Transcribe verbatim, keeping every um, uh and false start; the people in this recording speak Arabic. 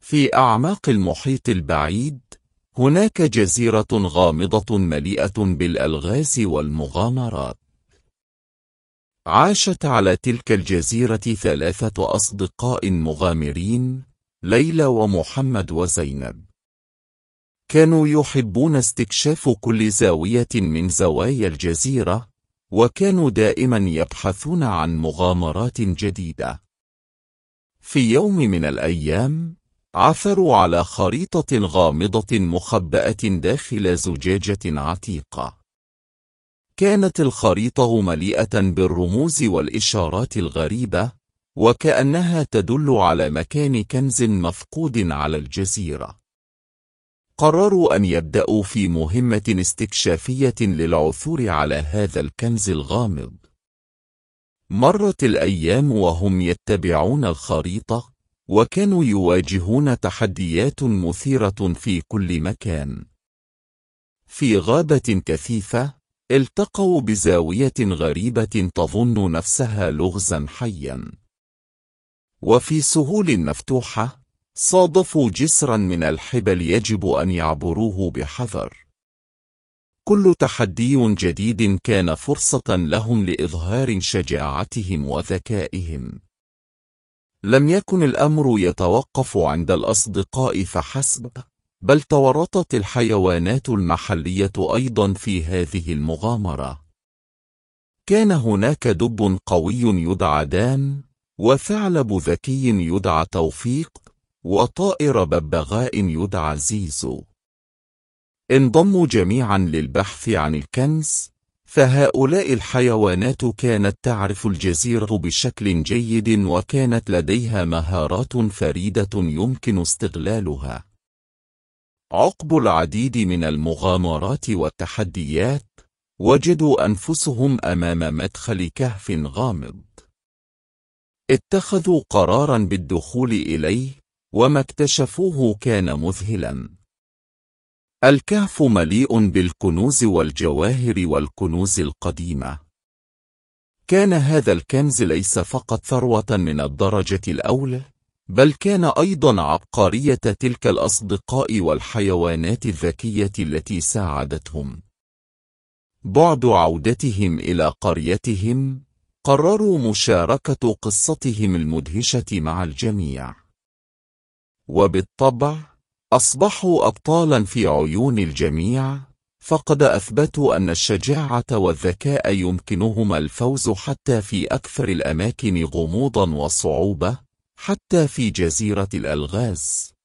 في أعماق المحيط البعيد، هناك جزيرة غامضة مليئة بالألغاز والمغامرات. عاشت على تلك الجزيرة ثلاثة أصدقاء مغامرين، ليلى ومحمد وزينب. كانوا يحبون استكشاف كل زاوية من زوايا الجزيرة، وكانوا دائما يبحثون عن مغامرات جديدة. في يوم من الأيام، عثروا على خريطة غامضة مخبأة داخل زجاجة عتيقة. كانت الخريطة مليئة بالرموز والإشارات الغريبة، وكأنها تدل على مكان كنز مفقود على الجزيرة. قرروا أن يبدأوا في مهمة استكشافية للعثور على هذا الكنز الغامض. مرت الأيام وهم يتبعون الخريطة، وكانوا يواجهون تحديات مثيرة في كل مكان. في غابة كثيفة، التقوا بزاوية غريبة تظن نفسها لغزا حيا. وفي سهول مفتوحة، صادفوا جسرا من الحبل يجب أن يعبروه بحذر. كل تحدي جديد كان فرصة لهم لإظهار شجاعتهم وذكائهم. لم يكن الأمر يتوقف عند الأصدقاء فحسب، بل تورطت الحيوانات المحلية أيضا في هذه المغامرة. كان هناك دب قوي يدعى دان، وثعلب ذكي يدعى توفيق، وطائر ببغاء يدعى زيزو. انضموا جميعا للبحث عن الكنز، فهؤلاء الحيوانات كانت تعرف الجزيرة بشكل جيد، وكانت لديها مهارات فريدة يمكن استغلالها. عقب العديد من المغامرات والتحديات، وجدوا أنفسهم أمام مدخل كهف غامض. اتخذوا قرارا بالدخول إليه، وما اكتشفوه كان مذهلا. الكهف مليء بالكنوز والجواهر والكنوز القديمة. كان هذا الكنز ليس فقط ثروة من الدرجة الأولى، بل كان أيضا عبقرية تلك الأصدقاء والحيوانات الذكية التي ساعدتهم. بعد عودتهم إلى قريتهم، قرروا مشاركة قصتهم المدهشة مع الجميع. وبالطبع، أصبحوا أبطالا في عيون الجميع، فقد أثبتوا أن الشجاعة والذكاء يمكنهما الفوز حتى في أكثر الأماكن غموضا وصعوبة، حتى في جزيرة الألغاز.